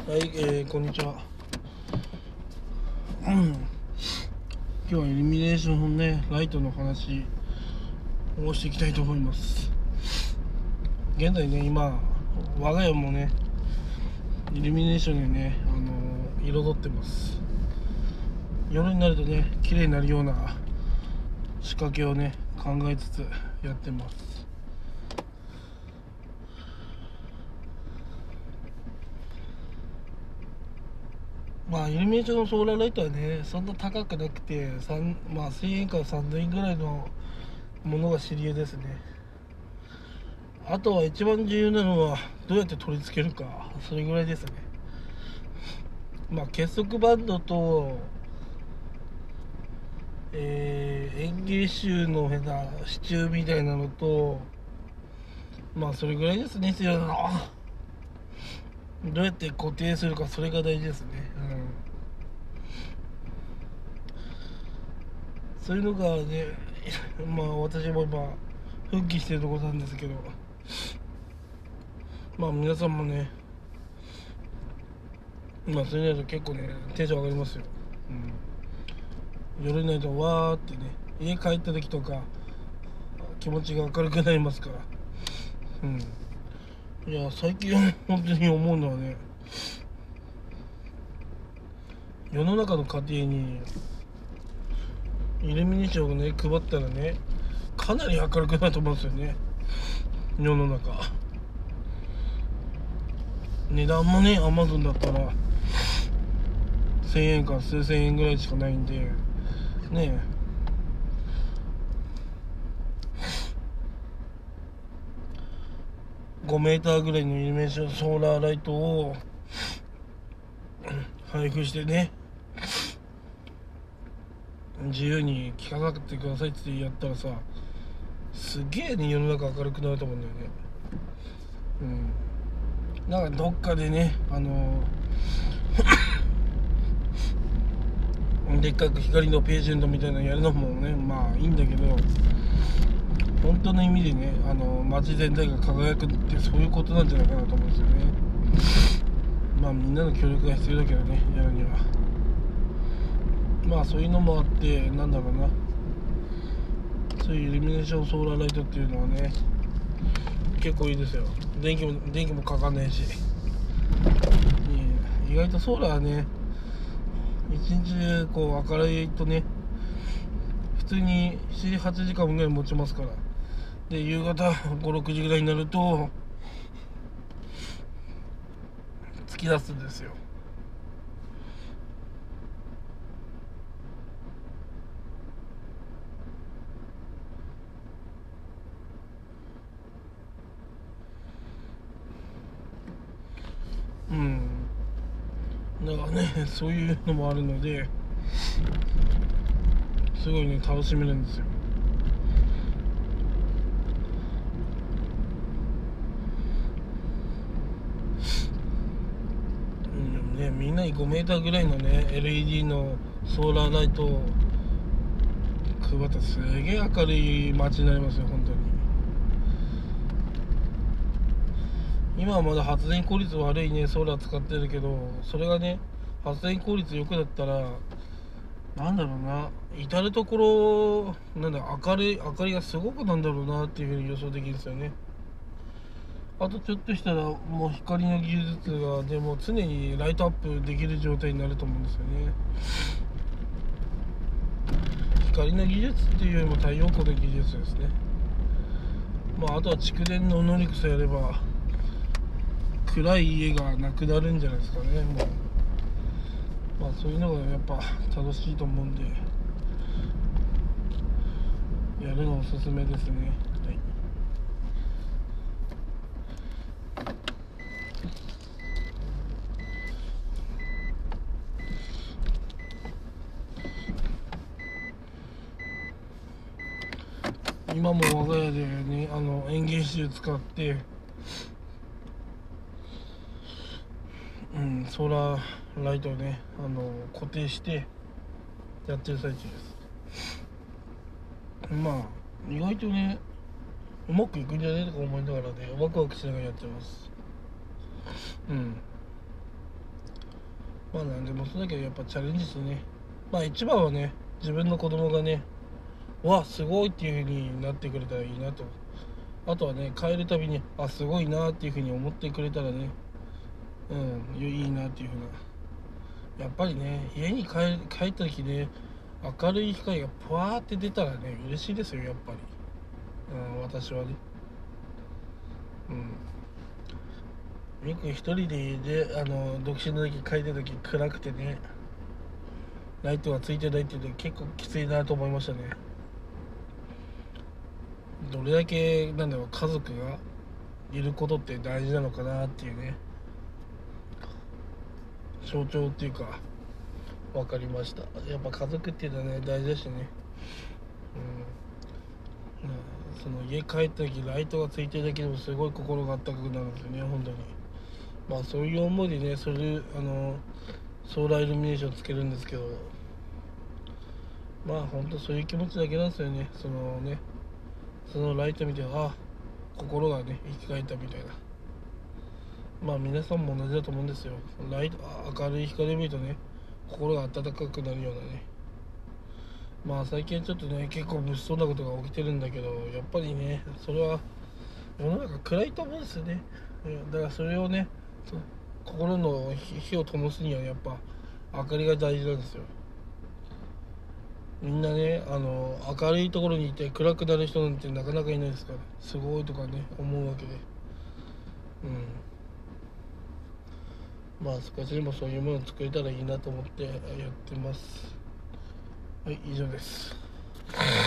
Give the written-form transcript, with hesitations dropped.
はい、こんにちは。今日はイルミネーションのね、ライトの話をしていきたいと思います。現在ね、今、我が家もね、イルミネーションでね、彩ってます。夜になるとね、綺麗になるような仕掛けをね、考えつつやってます。イルミネーションのソーラーライトはね、そんな高くなくて、1000円から3000円ぐらいのものが主流ですね。あとは一番重要なのはどうやって取り付けるか、それぐらいですね。結束バンドと、園芸種の変な支柱みたいなのと、それぐらいですね。必要なのはどうやって固定するか、それが大事ですね。そういうのがね、私も今奮起してるところなんですけど、皆さんもね、そういうのと結構ね、テンション上がりますよ。夜になるとわーってね、家帰った時とか気持ちが明るくなりますから。いや、最近本当に思うのはね、世の中の家庭にイルミネーションをね配ったらね、かなり明るくなると思うんですよね。世の中値段もね、アマゾンだったら1000円から数千円ぐらいしかないんでね。5メーターぐらいのイルミネーションソーラーライトを配布してね、自由に聞かなくてくださいってやったらさ、すげえね、世の中明るくなると思うんだよね。なんかどっかでね、でっかく光のページェントみたいなのやるのもね、いいんだけど、本当の意味でね、街全体が輝くってそういうことなんじゃないかなと思うんですよね。みんなの協力が必要だけどね、やるには。そういうのもあって、なんだろうな、そういうイルミネーションソーラーライトっていうのはね、結構いいですよ。電気もかかんないし、意外とソーラーね、一日中こう明るいとね、普通に7、8時間ぐらい持ちますから。で、夕方5、6時ぐらいになると突き出すんですよ。だからね、そういうのもあるので、すごいね、楽しめるんですよ。みんなに5メーターぐらいのね LED のソーラーライトを配ったらすげえ明るい街になりますよ、本当に。今はまだ発電効率悪いねソーラー使ってるけど、それがね、発電効率良くなったら、なんだろうな、至る所明るい明かりがすごくなんだろうなっていうふうに予想できるんですよね。あとちょっとしたらもう光の技術がでも常にライトアップできる状態になると思うんですよね。光の技術っていうよりも太陽光の技術ですね。あとは蓄電の能力さえあれば暗い家がなくなるんじゃないですかね。そういうのがやっぱ楽しいと思うんで、やるのおすすめですね。はい。今も我が家でね、園芸種使って、ソーラーライトをね、固定してやってる最中です。意外とね、うまくいくんじゃねえとか思いながらね、ワクワクしながらやってます。 まあなんでもそうだけどやっぱチャレンジしてね、まあ一番はね自分の子供がねわすごいっていう風になってくれたらいいなと。あとはね帰るたびにすごいなっていう風に思ってくれたらね、いいなっていう風な。やっぱりね家に帰った時ね明るい光がぷわーって出たらね嬉しいですよやっぱり、私はね。よく一人で独身の時帰った時暗くてねライトがついてないっていうの結構きついなと思いましたね。どれだけ家族がいることって大事なのかなっていうね象徴っていうか分かりました。やっぱ家族っていうのはね大事だしね、その家帰った時ライトがついてるだけでもすごい心があったかくなるんですよね本当に。まあそういう思いでねソーラーイルミネーションつけるんですけど、まあ本当そういう気持ちだけなんですよね。そのライト見て心がね生き返ったみたいな。まあ皆さんも同じだと思うんですよ。ライト明るい光を見るとね心が温かくなるようなね。まあ最近ちょっとね結構物騒なことが起きてるんだけどやっぱりねそれは世の中暗いと思うんですよね。だからそれをね心の火を灯すにはやっぱ明かりが大事なんですよ。みんなね明るいところにいて暗くなる人なんてなかなかいないですからすごいとかね思うわけで、まあ少しでもそういうものを作れたらいいなと思ってやってます。はい以上です。